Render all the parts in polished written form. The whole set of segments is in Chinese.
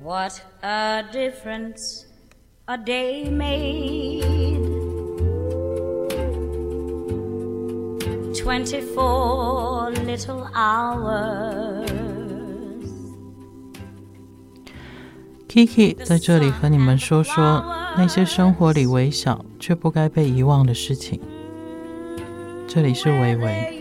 What a difference a day made. 24 little hours. Kiki 在这里和你们说说那些生活里微小却不该被遗忘的事情。这里是微微。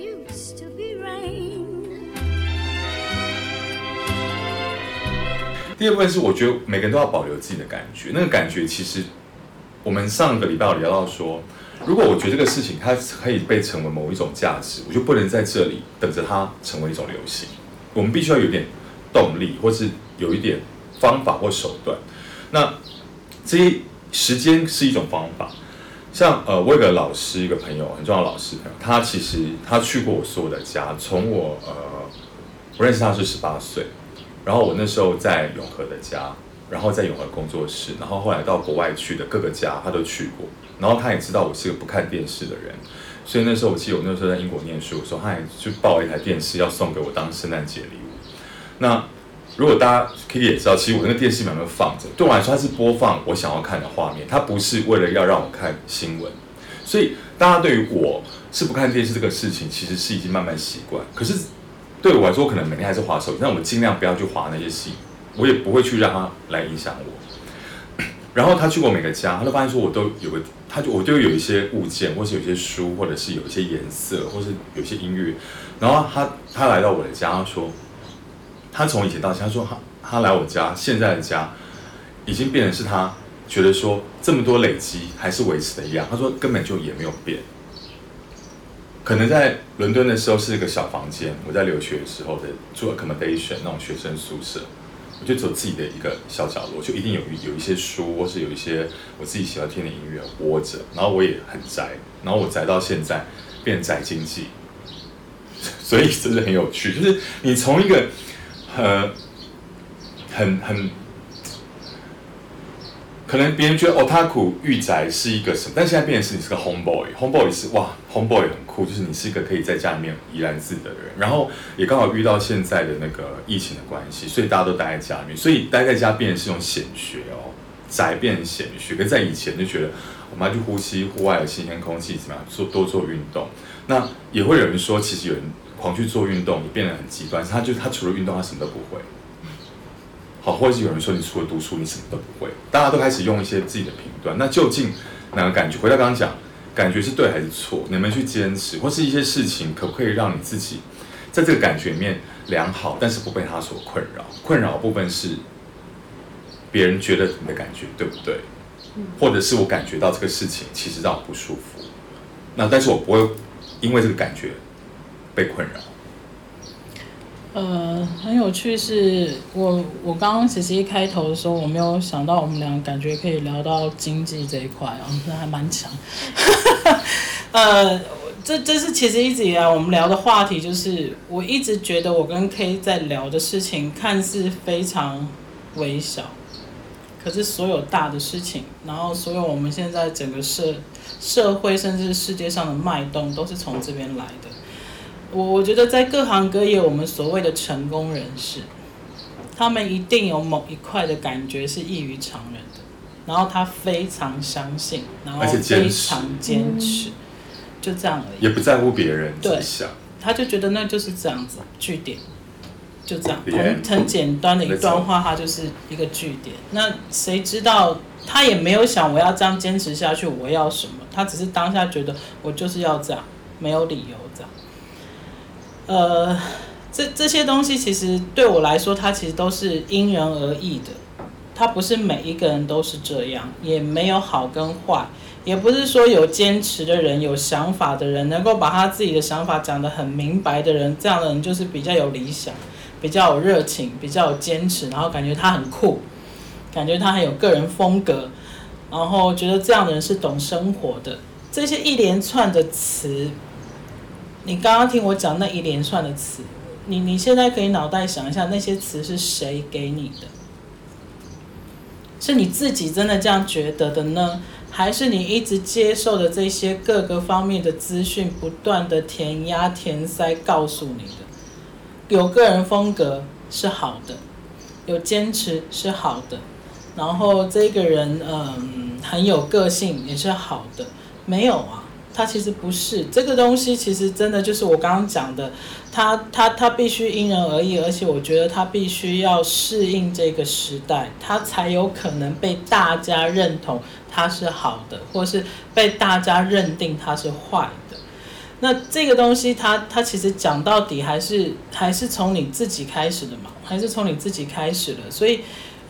第二部分是我觉得每个人都要保留自己的感觉，那个感觉其实我们上个礼拜有聊到说，如果我觉得这个事情它可以被成为某一种价值，我就不能在这里等着它成为一种流行，我们必须要有点动力，或是有一点方法或手段。那这些时间是一种方法，像我有个老师，一个朋友，很重要的老师朋友，他其实他去过我所有的家，从我认识他是18岁。然后我那时候在永和的家，然后在永和工作室，然后后来到国外去的各个家他都去过，然后他也知道我是个不看电视的人，所以那时候我记得我那时候在英国念书的时候，他也就抱了一台电视要送给我当圣诞节礼物。那如果大家可以也知道，其实我那个电视有没有放着，对我来说它是播放我想要看的画面，它不是为了要让我看新闻。所以大家对于我是不看电视这个事情，其实是已经慢慢习惯。可是对我来说，可能每天还是滑手机，但我尽量不要去滑那些戏，我也不会去让它来影响我。然后他去过每个家，他都发现说我都有个，我就有一些物件，或是有一些书，或者是有一些颜色，或是有一些音乐。然后他来到我的家，他说，他从以前到现在，他说他来我家，现在的家已经变成是他觉得说这么多累积还是维持的一样，他说根本就也没有变。可能在伦敦的时候是一个小房间，我在留学的时候的住 accommodation 那种学生宿舍，我就只有自己的一个小角落，就一定有一些书，或是有一些我自己喜欢听的音乐窝着，然后我也很宅，然后我宅到现在变宅经济，所以真的很有趣，就是你从一个可能别人觉得otaku 御宅是一个什么，但现在变成是你是个 homeboy 是哇 homeboy 很酷，就是你是一个可以在家里面怡然自得的人，然后也刚好遇到现在的那个疫情的关系，所以大家都待在家里面，所以待在家变成是一种显学哦，宅变成显学。可是在以前就觉得我们要去呼吸户外的新鲜空气，怎么样多做运动。那也会有人说，其实有人狂去做运动也变得很极端，他除了运动他什么都不会。好，或者是有人说你除了读书你什么都不会，大家都开始用一些自己的评断。那究竟哪个感觉？回到刚刚讲，感觉是对还是错？你们去坚持，或是一些事情可不可以让你自己在这个感觉里面良好，但是不被它所困扰？困扰的部分是别人觉得你的感觉对不对？或者是我感觉到这个事情其实让我不舒服，那但是我不会因为这个感觉被困扰。 很有趣是我刚刚其实一开头的时候，我没有想到我们两个感觉可以聊到经济这一块啊，那还蛮强。这是其实一直以来我们聊的话题，就是我一直觉得我跟 K 在聊的事情看似非常微小，可是所有大的事情，然后所有我们现在整个社会甚至世界上的脉动，都是从这边来的。我觉得在各行各业，我们所谓的成功人士，他们一定有某一块的感觉是异于常人的，然后他非常相信，然后非常坚持，就这样而已， 也不在乎别人怎么想， 他就觉得那就是这样子，句点，就这样，很简单的一段话，它就是一个句点。那谁知道他也没有想我要这样坚持下去，我要什么？他只是当下觉得我就是要这样，没有理由这样。这些东西其实对我来说，它其实都是因人而异的，它不是每一个人都是这样，也没有好跟坏，也不是说有坚持的人、有想法的人，能够把他自己的想法讲得很明白的人，这样的人就是比较有理想、比较有热情、比较有坚持，然后感觉他很酷，感觉他很有个人风格，然后觉得这样的人是懂生活的。这些一连串的词，你刚刚听我讲那一连串的词，你现在可以脑袋想一下，那些词是谁给你的？是你自己真的这样觉得的呢？还是你一直接受的这些各个方面的资讯不断的填鸭填塞告诉你的？有个人风格是好的， 有坚持是好的，然后这个人很有个性也是好的，没有啊，他其实不是这个东西，其实真的就是我刚刚讲的，他必须因人而异，而且我觉得他必须要适应这个时代，他才有可能被大家认同他是好的，或是被大家认定他是坏的。那这个东西它其实讲到底还是从你自己开始的嘛，还是从你自己开始的。所以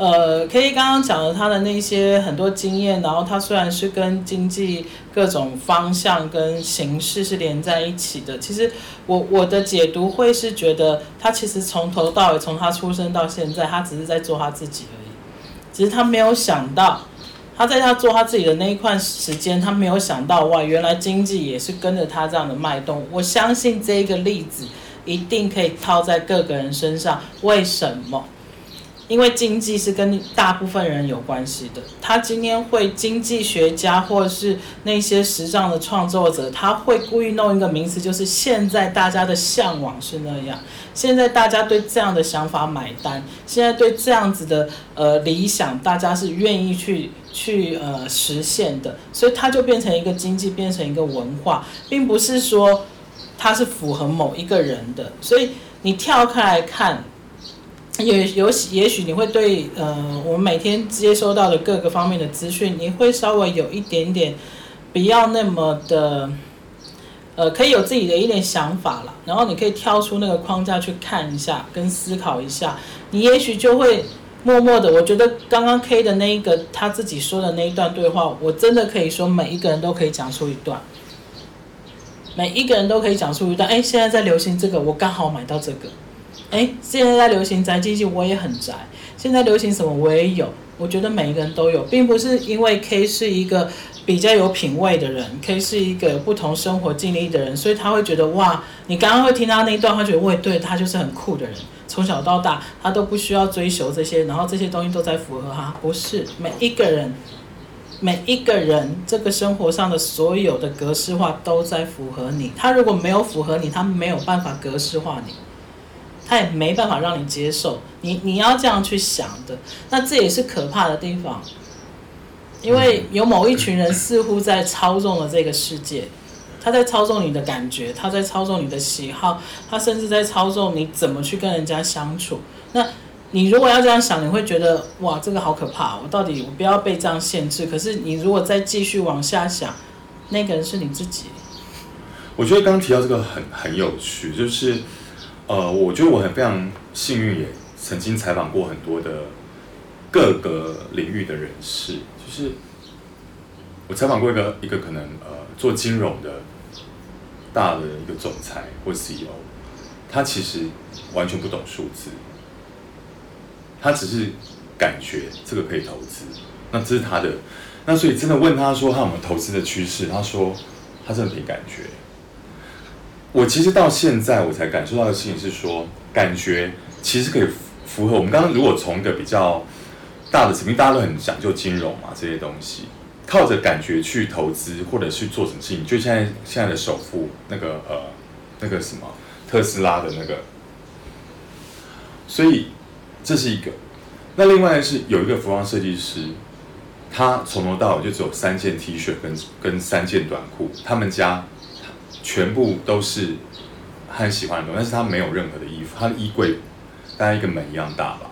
K 刚刚讲了他的那些很多经验，然后他虽然是跟经济各种方向跟形式是连在一起的，其实我的解读会是觉得他其实从头到尾，从他出生到现在，他只是在做他自己而已，只是他没有想到。他在他做他自己的那一段时间，他没有想到哇，原来经济也是跟着他这样的脉动。我相信这个例子一定可以套在各个人身上。为什么？因为经济是跟大部分人有关系的。他今天会经济学家或者是那些时尚的创作者，他会故意弄一个名词，就是现在大家的向往是那样，现在大家对这样的想法买单，现在对这样子的理想，大家是愿意去实现的，所以它就变成一个经济，变成一个文化，并不是说它是符合某一个人的。所以你跳开来看，也许你会对我们每天接收到的各个方面的资讯，你会稍微有一点点不要那么的可以有自己的一点想法啦，然后你可以跳出那个框架去看一下，跟思考一下，你也许就会默默的。我觉得刚刚 K 的那一个他自己说的那一段对话，我真的可以说每一个人都可以讲出一段，每一个人都可以讲出一段。现在在流行这个，我刚好买到这个。现在在流行宅经济，我也很宅。现在流行什么我也有，我觉得每一个人都有，并不是因为 K 是一个比较有品味的人， K 是一个有不同生活经历的人，所以他会觉得哇，你刚刚会听他那一段，他觉得我也对，他就是很酷的人，从小到大他都不需要追求这些，然后这些东西都在符合他。不是每一个人这个生活上的所有的格式化都在符合你，他如果没有符合你，他没有办法格式化你，他也没办法让你接受，你要这样去想的。那这也是可怕的地方，因为有某一群人似乎在操纵了这个世界，他在操纵你的感觉，他在操纵你的喜好，他甚至在操纵你怎么去跟人家相处。那你如果要这样想，你会觉得哇，这个好可怕，我不要被这样限制。可是你如果再继续往下想，那个人是你自己。 我觉得刚刚提到这个很有趣，就是我觉得我非常幸运，也曾经采访过很多的各个领域的人士。就是我采访过一个可能做金融的大的一个总裁或 CEO， 他其实完全不懂数字，他只是感觉这个可以投资，那这是他的。那所以真的问他说他有没有投资的趋势，他说他真的凭感觉。我其实到现在我才感受到的事情是说，感觉其实可以符合我们刚刚如果从一个比较大的层面，大家都很讲究金融嘛，这些东西靠着感觉去投资或者去做什么事情，就现在的首富那个什么特斯拉的那个，所以这是一个。那另外是有一个服装设计师，他从头到尾就只有3件 T 恤跟3件短裤，他们家全部都是他很喜欢的东西，但是他没有任何的衣服，他的衣柜大概一个门一样大吧。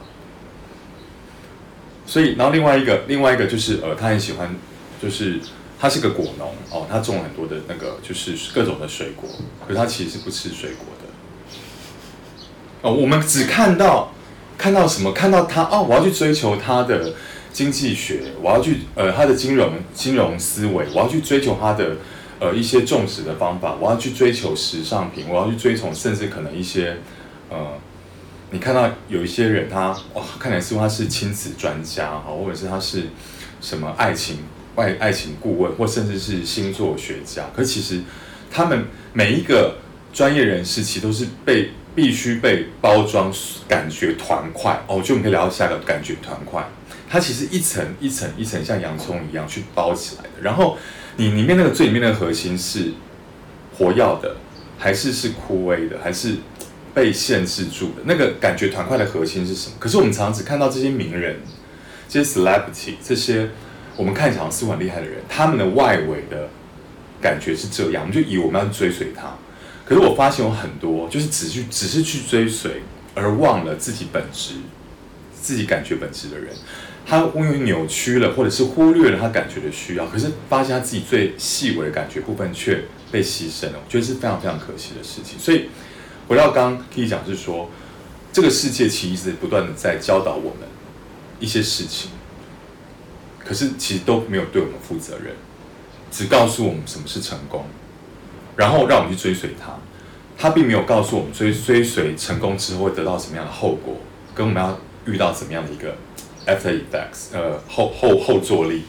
所以，然后另外一个就是他很喜欢，就是他是个果农哦，他种了很多的那个就是各种的水果，可是他其实是不吃水果的。我们只看到什么？看到他我要去追求他的经济学，我要去他的金融思维，我要去追求他的一些种植的方法，我要去追求时尚品，我要去追求甚至可能一些你看到有一些人他看起来似乎他是亲子专家或者是他是什么爱情顾问，或甚至是星座学家，可是其实他们每一个专业人士其实都是必须被包装感觉团块我觉得我们可以聊到下个感觉团块，它其实一层一层一层像洋葱一样去包起来的，然后你里面那个最里面的核心是活跃的，还是枯萎的，还是被限制住的。那个感觉团块的核心是什么？可是我们常常只看到这些名人、这些 celebrity、这些我们看起来似乎很厉害的人，他们的外围的感觉是这样，我们就以为我们要追随他。可是我发现有很多就是只是去追随，而忘了自己本质、自己感觉本质的人。他因为扭曲了，或者是忽略了他感觉的需要，可是发现他自己最细微的感觉部分却被牺牲了，我觉得是非常非常可惜的事情。所以回到刚刚可以讲，是说这个世界其实一直不断的在教导我们一些事情，可是其实都没有对我们负责任，只告诉我们什么是成功，然后让我们去追随他。他并没有告诉我们追随成功之后会得到什么样的后果，跟我们要遇到怎么样的一个 after effects， 后坐力。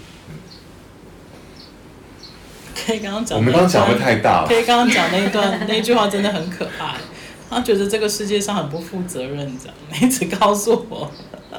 可以刚刚讲， 我们刚刚讲的太大了。 可以刚刚讲那一段那句话真的很可爱。他觉得这个世界上很不负责任，这样你只告诉我，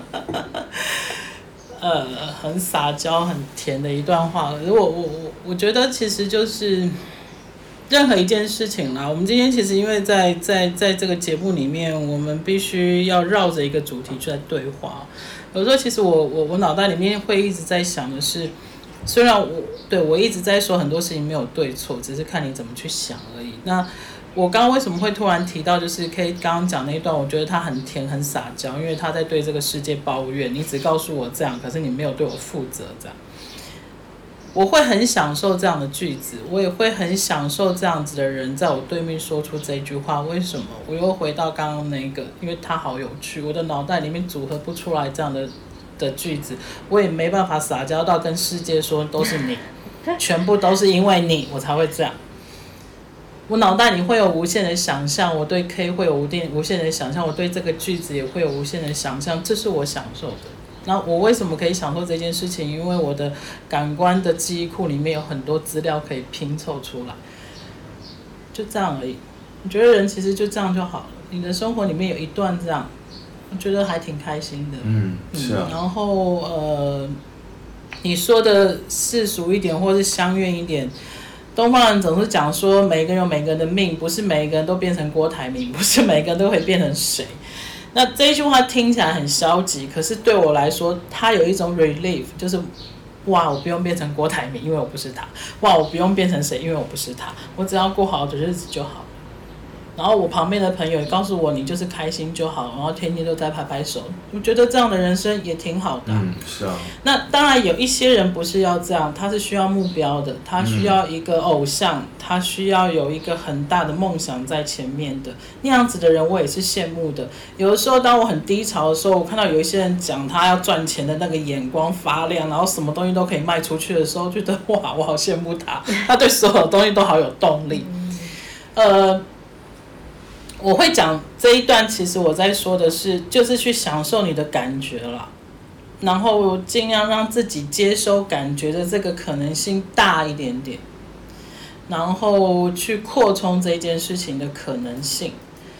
很撒娇、很甜的一段话。可是我觉得其实就是任何一件事情啦。我们今天其实因为在这个节目里面，我们必须要绕着一个主题去来对话。有时候其实我脑袋里面会一直在想的是，虽然我一直在说很多事情没有对错，只是看你怎么去想而已。那我刚刚为什么会突然提到，就是可以刚刚讲那一段，我觉得他很甜很撒娇，因为他在对这个世界抱怨，你只告诉我这样，可是你没有对我负责这样。我会很享受这样的句子，我也会很享受这样子的人在我对面说出这句话。为什么？我又回到刚刚那个，因为它好有趣，我的脑袋里面组合不出来这样的句子，我也没办法撒娇到跟世界说都是你，全部都是因为你我才会这样。我脑袋里会有无限的想象，我对 K 会有无限的想象，我对这个句子也会有无限的想象，这是我享受的。那我为什么可以享受这件事情？因为我的感官的记忆库里面有很多资料可以拼凑出来，就这样而已。我觉得人其实就这样就好了。你的生活里面有一段这样，我觉得还挺开心的。 是啊。 然后你说的世俗一点，或是相怨一点。东方人总是讲说，每个人有每个人的命，不是每个人都变成郭台铭，不是每个人都会变成谁。那这一句话听起来很消极，可是对我来说，它有一种 relief， 就是哇，我不用变成郭台铭，因为我不是他；哇，我不用变成谁，因为我不是他，我只要过好的日子就好。然后我旁边的朋友也告诉我，你就是开心就好，然后天天都在拍拍手。我觉得这样的人生也挺好的。 是啊。 那当然有一些人不是要这样，他是需要目标的，他需要一个偶像，他需要有一个很大的梦想在前面的。那样子的人我也是羡慕的。有的时候当我很低潮的时候，我看到有一些人讲他要赚钱的那个眼光发亮，然后什么东西都可以卖出去的时候，觉得哇，我好羡慕他，他对所有东西都好有动力。我会讲这一段，其实我在说的是，就是去享受你的感觉啦，然后尽量让自己接收感觉的这个可能性大一点点，然后去扩充这件事情的可能性。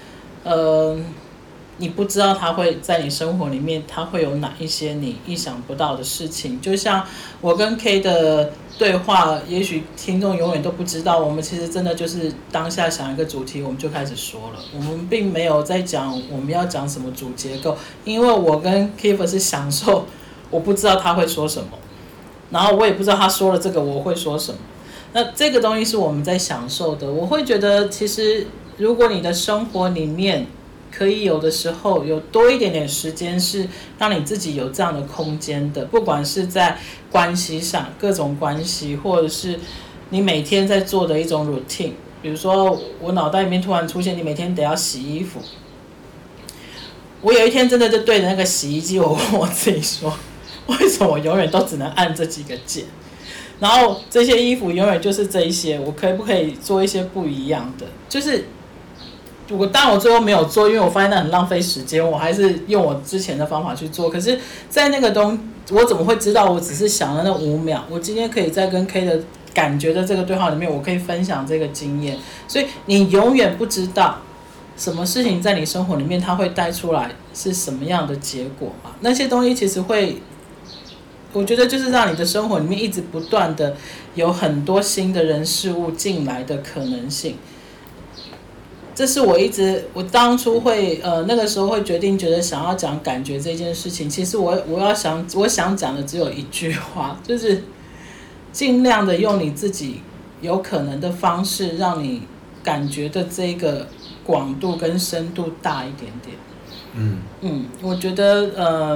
你不知道它会在你生活里面，它会有哪一些你意想不到的事情。就像我跟 K 的对话，也许听众永远都不知道，我们其实真的就是当下想一个主题，我们就开始说了。我们并没有在讲我们要讲什么主结构，因为我跟 Kiefer 是享受，我不知道他会说什么，然后我也不知道他说了这个我会说什么。那这个东西是我们在享受的。我会觉得，其实如果你的生活里面可以有的时候有多一点点时间是让你自己有这样的空间的，不管是在关系上各种关系，或者是你每天在做的一种 routine。比如说我脑袋里面突然出现你每天得要洗衣服，我有一天真的就对着那个洗衣机，我问我自己说，为什么我永远都只能按这几个键，然后这些衣服永远就是这一些，我可不可以做一些不一样的？就是当然我最后没有做，因为我发现那很浪费时间，我还是用我之前的方法去做。可是在那个我怎么会知道我只是想了那5秒，我今天可以在跟 K 的感觉的这个对话里面，我可以分享这个经验。所以你永远不知道什么事情在你生活里面它会带出来是什么样的结果嘛？那些东西其实会，我觉得就是让你的生活里面一直不断的有很多新的人事物进来的可能性。 这是我当初会那个时候会决定觉得想要讲感觉这件事情。其实我想讲的只有一句话，就是尽量的用你自己有可能的方式，让你感觉的这个广度跟深度大一点点。我觉得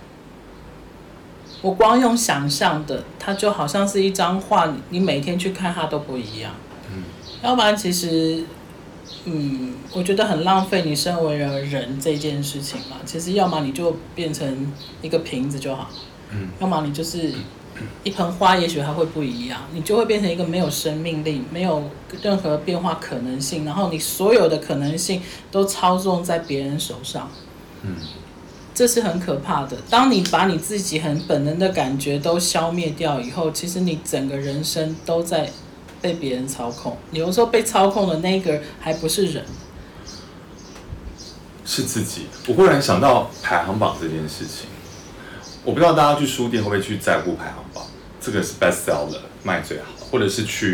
我光用想象的，它就好像是一张画，你每天去看它都不一样。要不然其实我觉得很浪费你身为人这件事情嘛。其实要么你就变成一个瓶子就好，要么你就是一盆花，也许它会不一样，你就会变成一个没有生命力、没有任何变化可能性，然后你所有的可能性都操纵在别人手上。这是很可怕的。当你把你自己很本能的感觉都消灭掉以后，其实你整个人生都在被别人操控。你有时候被操控的那个还不是人， 是自己。我忽然想到排行榜这件事情，我不知道大家去书店会不会去在乎排行榜，这个是 best seller 卖最好，或者是去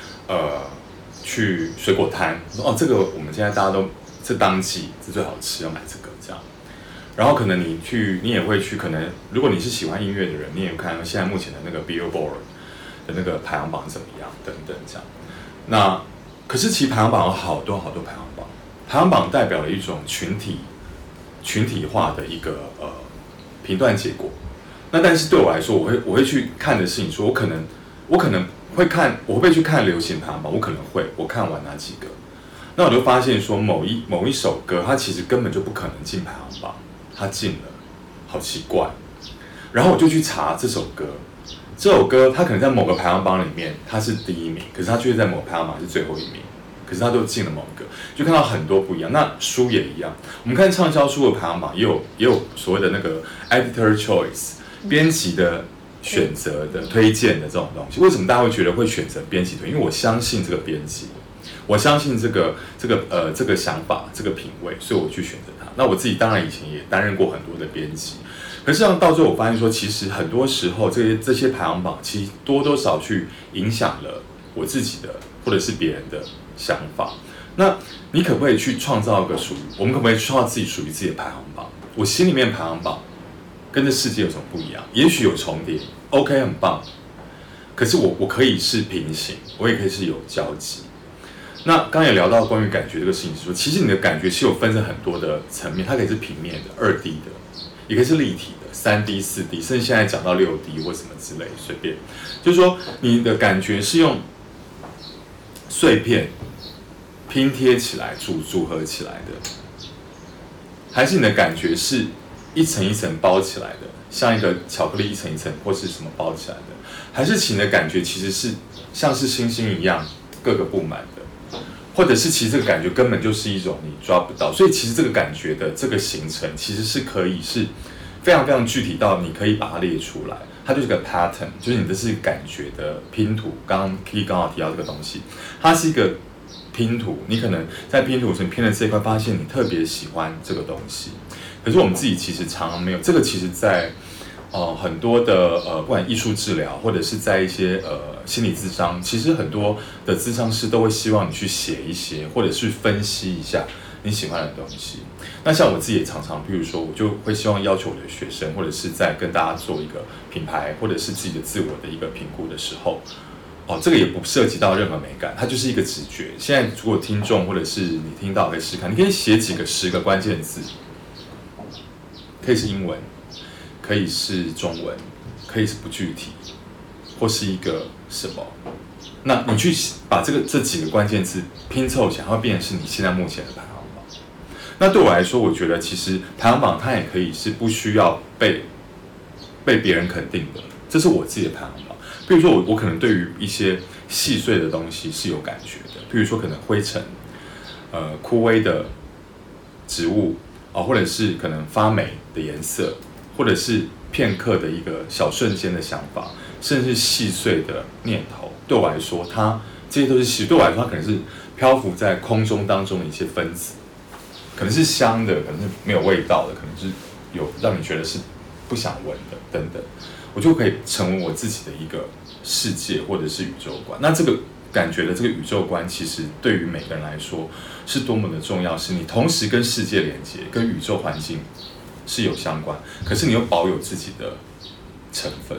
水果摊，说这个我们现在大家都这当季是最好吃，要买这个这样。然后可能你也会去，可能如果你是喜欢音乐的人，你也看现在目前的那个 Billboard 的那个排行榜怎么样等等这样。那可是其实排行榜有好多好多排行榜，排行榜代表了一种群体化的一个评断结果。那但是对我来说，我会去看的是，你说我可能会看，我会不会去看流行排行榜？我可能会，我看完哪几个，那我就发现说某一首歌，它其实根本就不可能进排行榜，它进了，好奇怪。然后我就去查这首歌，它可能在某个排行榜里面它是第一名，可是它却在某个排行榜是最后一名，可是它都进了某一个，就看到很多不一样。那书也一样，我们看畅销书的排行榜也有所谓的那个 editor choice 编辑的选择的推荐的这种东西。为什么大家会觉得会选择编辑推？因为我相信这个编辑，我相信这个想法，这个品味，所以我去选择它。那我自己当然以前也担任过很多的编辑，可是到最后我发现说，其实很多时候这些排行榜其实多多少去影响了我自己的或者是别人的想法。那你可不可以去创造一个我们可不可以创造自己属于自己的排行榜？我心里面排行榜跟这世界有什么不一样？也许有重叠 ，OK， 很棒。可是我可以是平行，我也可以是有交集。那刚刚也聊到关于感觉这个事情，是说其实你的感觉是有分成很多的层面，它可以是平面的、2D 的，也可以是立体的、3D、4D， 甚至现在讲到6D 或什么之类，随便。就是说你的感觉是用碎片拼贴起来、组合起来的，还是你的感觉是一层一层包起来的，像一个巧克力一层一层或是什么包起来的，还是你的感觉其实是像是星星一样各个布满的，或者是其实这个感觉根本就是一种你抓不到，所以其实这个感觉的这个形成其实是可以是非常非常具体到你可以把它列出来，它就是个 pattern， 就是你这是感觉的拼图。刚刚 Kiki 刚好提到这个东西，它是一个拼图，你可能在拼图层拼的这一块发现你特别喜欢这个东西，可是我们自己其实常常没有这个。其实在很多的不管艺术治疗或者是在一些心理咨商，其实很多的咨商师都会希望你去写一些或者是分析一下你喜欢的东西。那像我自己也常常，譬如说我就会希望要求我的学生或者是在跟大家做一个品牌或者是自己的自我的一个评估的时候，这个也不涉及到任何美感，它就是一个直觉。现在如果听众或者是你听到可以试看，你可以写10个关键字，可以是英文，可以是中文，可以是不具体，或是一个什么。那你去把这几个关键字拼凑起来，它会变成是你现在目前的排行榜。那对我来说，我觉得其实排行榜它也可以是不需要被别人肯定的，这是我自己的排行榜。比如说我可能对于一些细碎的东西是有感觉的，比如说可能灰尘、枯萎的植物或者是可能发霉的颜色，或者是片刻的一个小瞬间的想法，甚至是细碎的念头，对我来说，这些都是细。对我来说，它可能是漂浮在空中当中的一些分子，可能是香的，可能是没有味道的，可能是有让你觉得是不想闻的等等。我就可以成为我自己的一个世界或者是宇宙观。那这个感觉的这个宇宙观，其实对于每个人来说是多么的重要，是你同时跟世界连接，跟宇宙环境是有相关，可是你又保有自己的成分。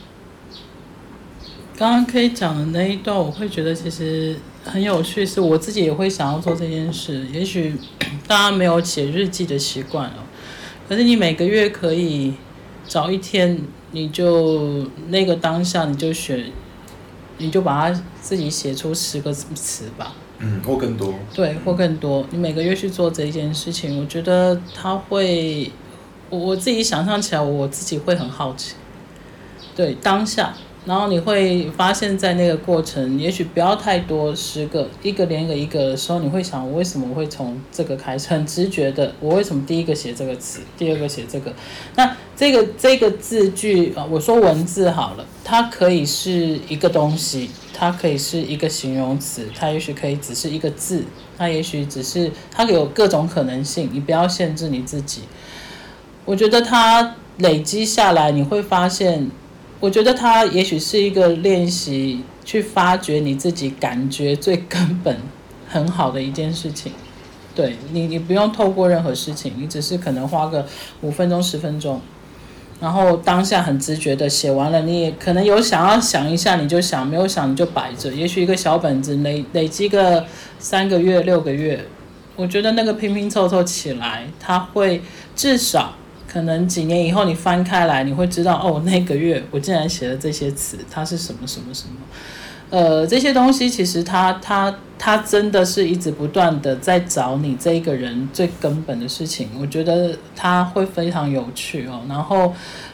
刚刚可以讲的那一段，我会觉得其实很有趣，是我自己也会想要做这件事。也许大家没有写日记的习惯了，可是你每个月可以找一天，你就那个当下你就把它自己写出10个词吧， 或更多， 对，或更多。你每个月去做这一件事情，我觉得它会，我自己想象起来，我自己会很好奇，对当下。然后你会发现在那个过程，也许不要太多，10个，一个连一个的时候，你会想，我为什么会从这个开始？很直觉的，我为什么第一个写这个词，第二个写这个？那这个字句，我说文字好了，它可以是一个东西，它可以是一个形容词，它也许可以只是一个字，它也许只是，它有各种可能性，你不要限制你自己。我觉得它累积下来，你会发现。我觉得它也许是一个练习，去发掘你自己感觉最根本很好的一件事情。对你不用透过任何事情，你只是可能花个5分钟10分钟，然后当下很直觉的写完了，你也可能有想要想一下你就想，没有想你就摆着。也许一个小本子累积个3个月6个月，我觉得那个拼拼凑凑起来，它会至少。可能几年以后你翻开来，你会知道哦，那个月我竟然写了这些词，它是什么什么什么。这些东西其实它真的是一直不断的在找你这一个人最根本的事情。我觉得它会非常有趣哦。然后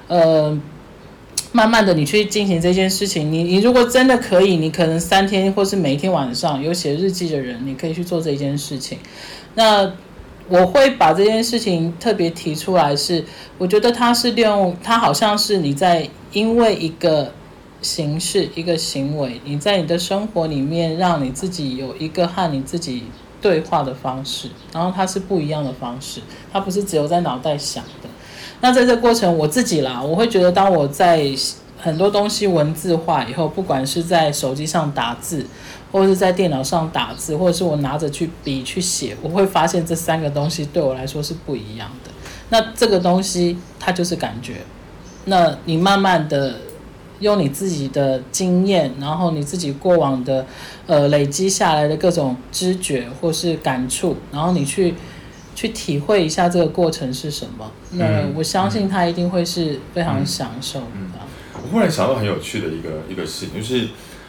慢慢的你去进行这件事情，你如果真的可以，你可能3天或是每一天晚上有写日记的人，你可以去做这件事情。那我会把这件事情特别提出来是，我觉得它是利用，它好像是你在因为一个形式一个行为，你在你的生活里面让你自己有一个和你自己对话的方式，然后它是不一样的方式，它不是只有在脑袋想的。那在这过程我自己啦，我会觉得当我在很多东西文字化以后，不管是在手机上打字，或者是在电脑上打字，或者是我拿着笔去写，我会发现这3个东西对我来说是不一样的。那这个东西它就是感觉，那你慢慢的用你自己的经验，然后你自己过往的累积下来的各种知觉或是感触，然后你去体会一下这个过程是什么。那我相信它一定会是非常享受的。 我忽然想到很有趣的一个事情，就是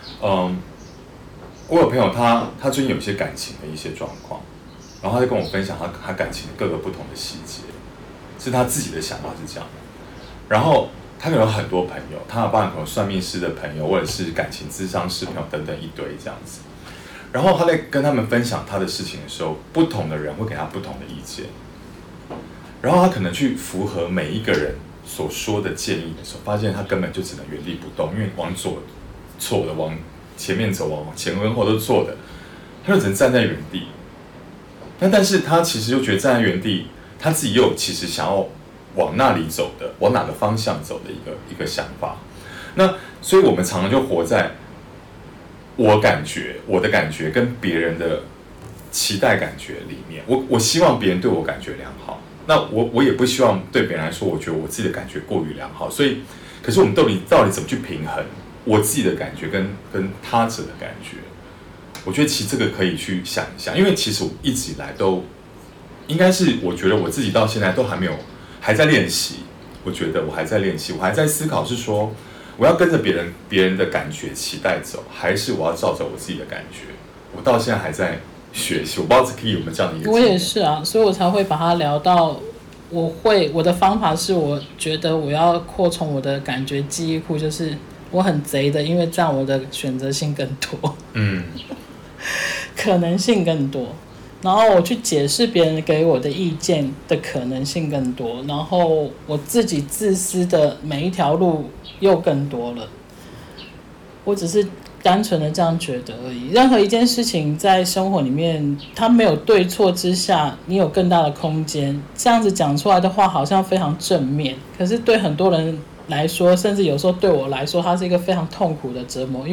我有朋友他最近有一些感情的一些状况，然后他就跟我分享他感情的各个不同的细节，是他自己的想法是这样的。然后他可能有很多朋友，他包含可能算命师的朋友，或者是感情咨商师朋友等等一堆这样子。然后他在跟他们分享他的事情的时候，不同的人会给他不同的意见，然后他可能去符合每一个人所说的建议的时候，发现他根本就只能原地不动，因为往左错的，往前面走，往前跟后都错的，他就只能站在原地。但是他其实又觉得站在原地，他自己又其实想要往那里走的，往哪个方向走的一个想法。那所以我们常常就活在我的感觉跟别人的期待感觉里面。我希望别人对我感觉良好，那我也不希望对别人来说，我觉得我自己的感觉过于良好。所以，可是我们到底怎么去平衡我自己的感觉跟他者的感觉？我觉得其实这个可以去想一下，因为其实我一直以来都应该是，我觉得我自己到现在都还在练习。我觉得我还在练习，我还在思考，是说我要跟着别人的感觉期待走，还是我要照着我自己的感觉？我到现在还在学习，我不知道可以有没有这样的一个。 我也是啊，所以我才会把它聊到。我的方法是，我觉得我要扩充我的感觉记忆库，就是我很贼的，因为这样我的选择性更多，可能性更多，然后我去解释别人给我的意见的可能性更多，然后我自己自私的每一条路又更多了。我只是单纯的这样觉得而已。任何一件事情在生活里面，它没有对错之下，你有更大的空间。这样子讲出来的话好像非常正面，可是对很多人来说，甚至有时候对我来说，它是一个非常痛苦的折磨，因为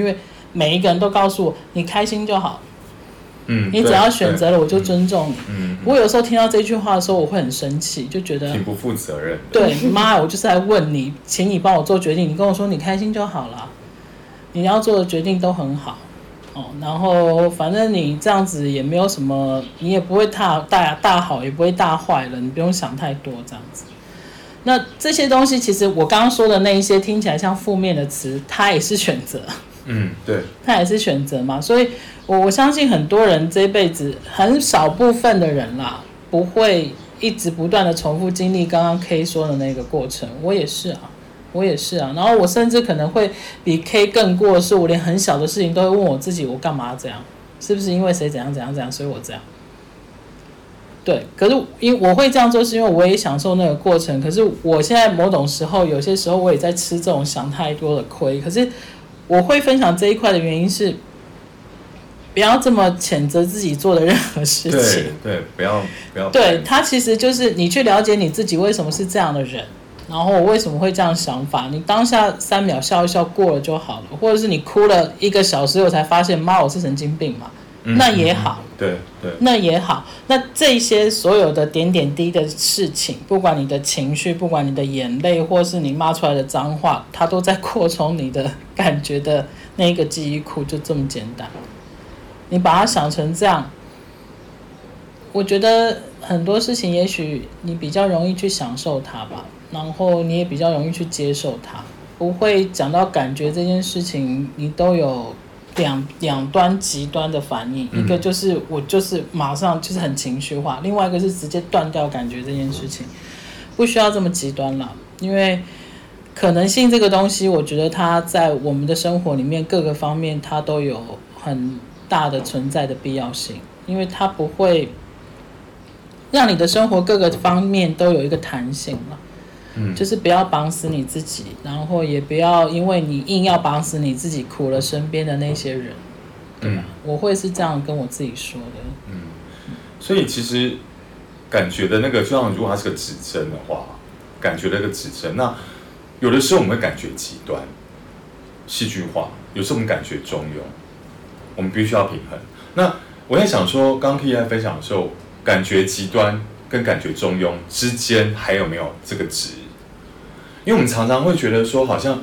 每一个人都告诉我你开心就好，你只对要选择了我就尊重你。 嗯， 我有时候听到这句话的时候，我会很生气，就觉得挺不负责任的。 对妈，我就是来问你，请你帮我做决定，你跟我说你开心就好了，你要做的决定都很好。然后反正你这样子也没有什么，你也不会大好，也不会大坏了，你不用想太多这样子。那这些东西其实我刚刚说的那一些听起来像负面的词，它也是选择， 对， 它也是选择嘛。所以我相信很多人这一辈子，很少部分的人啦，不会一直不断的重复经历刚刚 K 说的那个过程。我也是啊，然后我甚至可能会比 K 更过的是，我连很小的事情都会问我自己，我干嘛这样？是不是因为谁怎样，所以我这样？对，可是因为我会这样做，是因为我也享受那个过程。可是我现在某种时候，有些时候我也在吃这种想太多的亏。可是我会分享这一块的原因是，不要这么谴责自己做的任何事情。 对，不要。 对，它其实就是你去了解你自己为什么是这样的人。然后我为什么会这样想法？你当下3秒笑一笑过了就好了，或者是你哭了1个小时，我才发现妈我是神经病嘛，那也好， 对， 那也好。那这些所有的点点滴的事情，不管你的情绪，不管你的眼泪，或是你骂出来的脏话，它都在扩充你的感觉的那个记忆库，就这么简单。你把它想成这样，我觉得很多事情也许你比较容易去享受它吧。然后你也比较容易去接受它，不会讲到感觉这件事情，你都有两端极端的反应，一个就是我就是马上就是很情绪化，另外一个是直接断掉感觉这件事情，不需要这么极端啦，因为可能性这个东西，我觉得它在我们的生活里面各个方面它都有很大的存在的必要性，因为它不会让你的生活各个方面都有一个弹性啦。就是不要绑死你自己，然后也不要因为你硬要绑死你自己，苦了身边的那些人，对吧？我会是这样跟我自己说的。 所以其实感觉的那个，就像如果它是个指针的话，感觉的一个指针，那有的时候我们会感觉极端、戏剧化，有时候我们感觉中庸，我们必须要平衡。那我在想说，刚刚 K 在分享的时候，感觉极端跟感觉中庸之间还有没有这个值？因为我们常常会觉得说，好像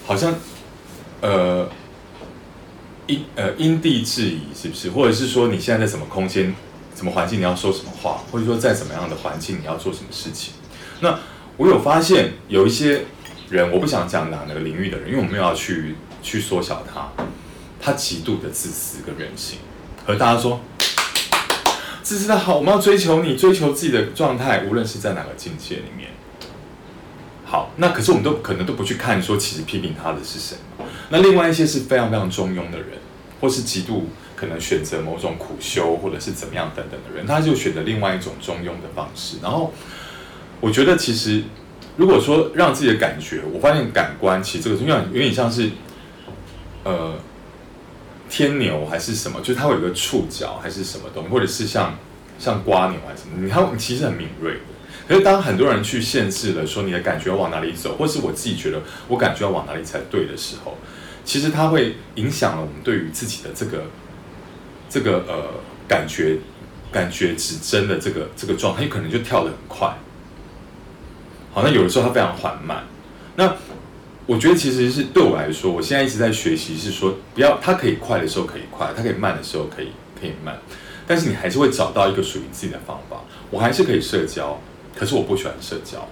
因地制宜，是不是？或者是说你现在在什么空间、什么环境，你要说什么话，或者说在什么样的环境你要做什么事情？那我有发现有一些人，我不想讲哪个领域的人，因为我没有要去缩小他极度的自私跟任性，和大家说自私的好，我们要追求自己的状态，无论是在哪个境界里面。好，那可是我们可能都不去看说，其实批评他的是谁。那另外一些是非常非常中庸的人，或是极度可能选择某种苦修，或者是怎么样等等的人，他就选择另外一种中庸的方式。然后我觉得其实如果说让自己的感觉，我发现感官其实这个有点像是天牛还是什么，就是它会有一个触角还是什么东西，或者是像瓜牛还是什么，你其实很敏锐的。可是当很多人去限制了说你的感觉要往哪里走，或是我自己觉得我感觉要往哪里才对的时候，其实它会影响了我们对于自己的这个感觉指针的这个状态，可能就跳得很快。好，那有的时候它非常缓慢。那我觉得其实是对我来说，我现在一直在学习，是说不要它可以快的时候可以快，它可以慢的时候可以慢，但是你还是会找到一个属于自己的方法。我还是可以社交，可是我不喜欢社交。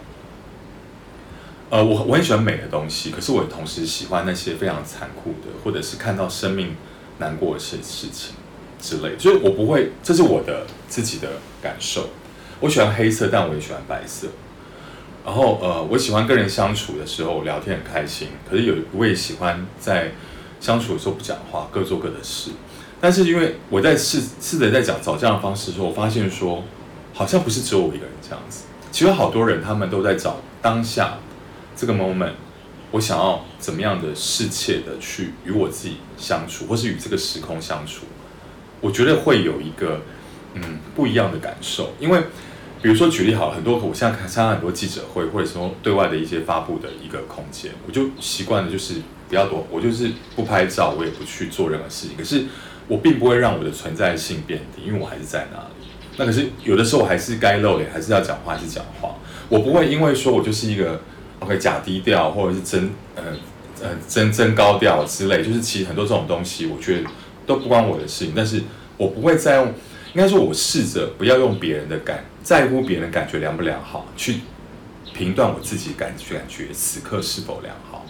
我很喜欢美的东西，可是我也同时喜欢那些非常残酷的，或者是看到生命难过的事情之类的。所以我不会，这是我的自己的感受。我喜欢黑色，但我也喜欢白色。然后我喜欢跟人相处的时候聊天很开心，可是我也喜欢在相处的时候不讲话，各做各的事。但是因为我在试着在找这样的方式的时候，我发现说好像不是只有我一个人这样子，其实好多人他们都在找当下这个 moment， 我想要怎么样的适切的去与我自己相处，或是与这个时空相处，我觉得会有一个不一样的感受。因为比如说举例好了，很多我现在参加很多记者会，或者说对外的一些发布的一个空间，我就习惯了就是比较多，我就是不拍照，我也不去做任何事情。可是我并不会让我的存在性变低，因为我还是在那里。那可是有的时候我还是该露脸，还是要讲话，还是讲话。我不会因为说我就是一个 OK 假低调，或者是真高调之类，就是其实很多这种东西，我觉得都不关我的事情。但是我不会再用，应该说我试着不要用别人的在乎别人的感觉良不良好，去评断我自己感觉此刻是否良好。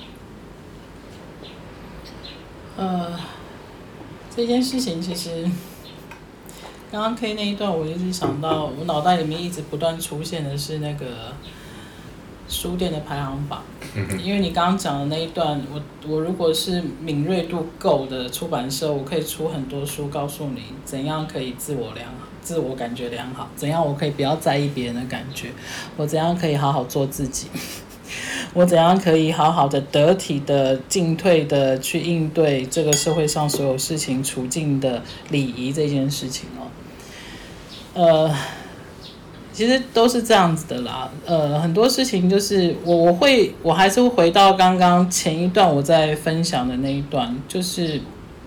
这件事情其实刚刚 K 那一段，我一直想到我脑袋里面一直不断出现的是那个书店的排行榜，因为你刚刚讲的那一段，我如果是敏锐度够的出版社，我可以出很多书，告诉你怎样可以自我感觉良好，怎样我可以不要在意别人的感觉，我怎样可以好好做自己，我怎样可以好好的得体的进退的去应对这个社会上所有事情处境的礼仪这件事情其实都是这样子的啦。很多事情就是我还是会回到刚刚前一段我在分享的那一段，就是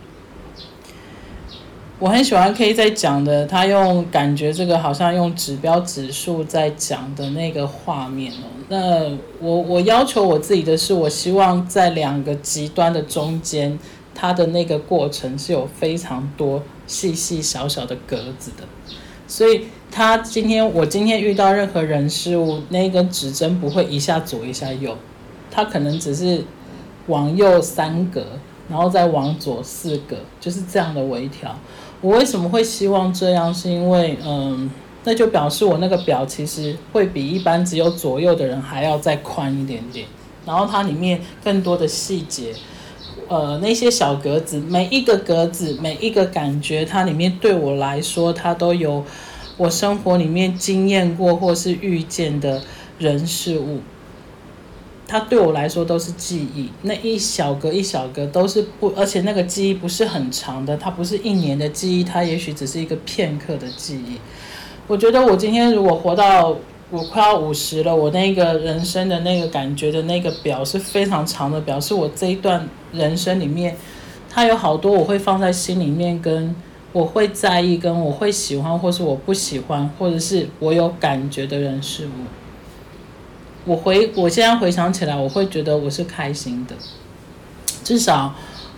我很喜欢 K 在讲的，他用感觉这个好像用指标指数在讲的那个画面那我要求我自己的是，我希望在两个极端的中间，它的那个过程是有非常多细细小小的格子的，所以我今天遇到任何人事物，那根指针不会一下左一下右，它可能只是往右3格，然后再往左4格，就是这样的微调。我为什么会希望这样？是因为那就表示我那个表其实会比一般只有左右的人还要再宽一点点，然后它里面更多的细节，那些小格子，每一个格子，每一个感觉，它里面对我来说，它都有我生活里面经验过或是遇见的人事物，它对我来说都是记忆，那一小格一小格都是而且那个记忆不是很长的，它不是1年的记忆，它也许只是一个片刻的记忆。我觉得我今天如果活到我快要50了，我那个人生的那个感觉的那个表是非常长的表，是我这一段人生里面，它有好多我会放在心里面，跟我会在意，跟我会喜欢，或是我不喜欢，或者是我有感觉的人事物。我现在回想起来，我会觉得我是开心的，至少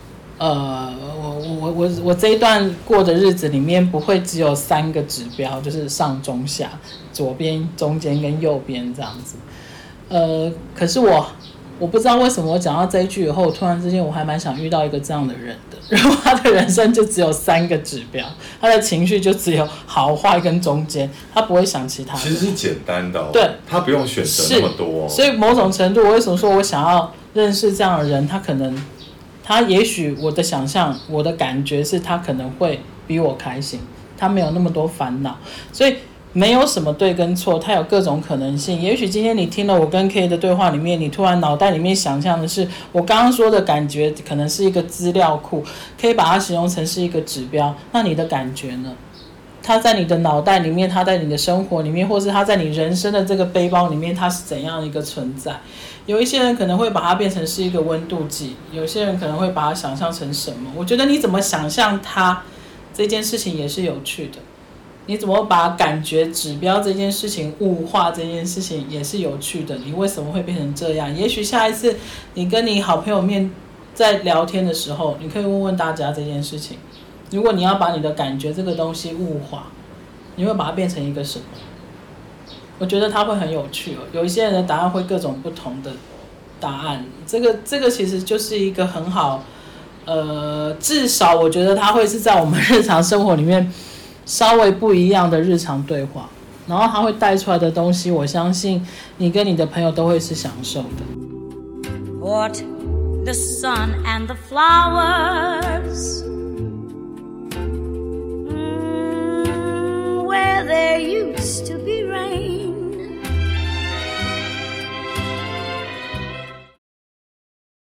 我这一段过的日子里面不会只有3个指标，就是上中下，左边中间跟右边这样子。可是我不知道为什么我讲到这一句以后，突然之间我还蛮想遇到一个这样的人的，然后他的人生就只有3个指标，他的情绪就只有好坏跟中间，他不会想其他的。 其实是简单的对， 他不用选择那么多所以某种程度，我为什么说我想要认识这样的人，他也许我的想象，我的感觉是他可能会比我开心，他没有那么多烦恼，所以没有什么对跟错，它有各种可能性。也许今天你听了我跟 K 的对话里面，你突然脑袋里面想象的是我刚刚说的感觉，可能是一个资料库，可以把它形容成是一个指标。那你的感觉呢？它在你的脑袋里面，它在你的生活里面，或是它在你人生的这个背包里面，它是怎样的一个存在？有一些人可能会把它变成是一个温度计，有些人可能会把它想象成什么？我觉得你怎么想象它这件事情也是有趣的。你怎么把感觉指标这件事情物化这件事情也是有趣的，你为什么会变成这样？也许下一次你跟你好朋友在聊天的时候，你可以问问大家这件事情。如果你要把你的感觉这个东西物化，你会把它变成一个什么？我觉得它会很有趣有一些人的答案会各种不同的答案，这个其实就是一个很好，至少我觉得它会是在我们日常生活里面稍微不一样的日常对话，然后它会带出来的东西，我相信你跟你的朋友都会是享受的。 What the sun and the flowers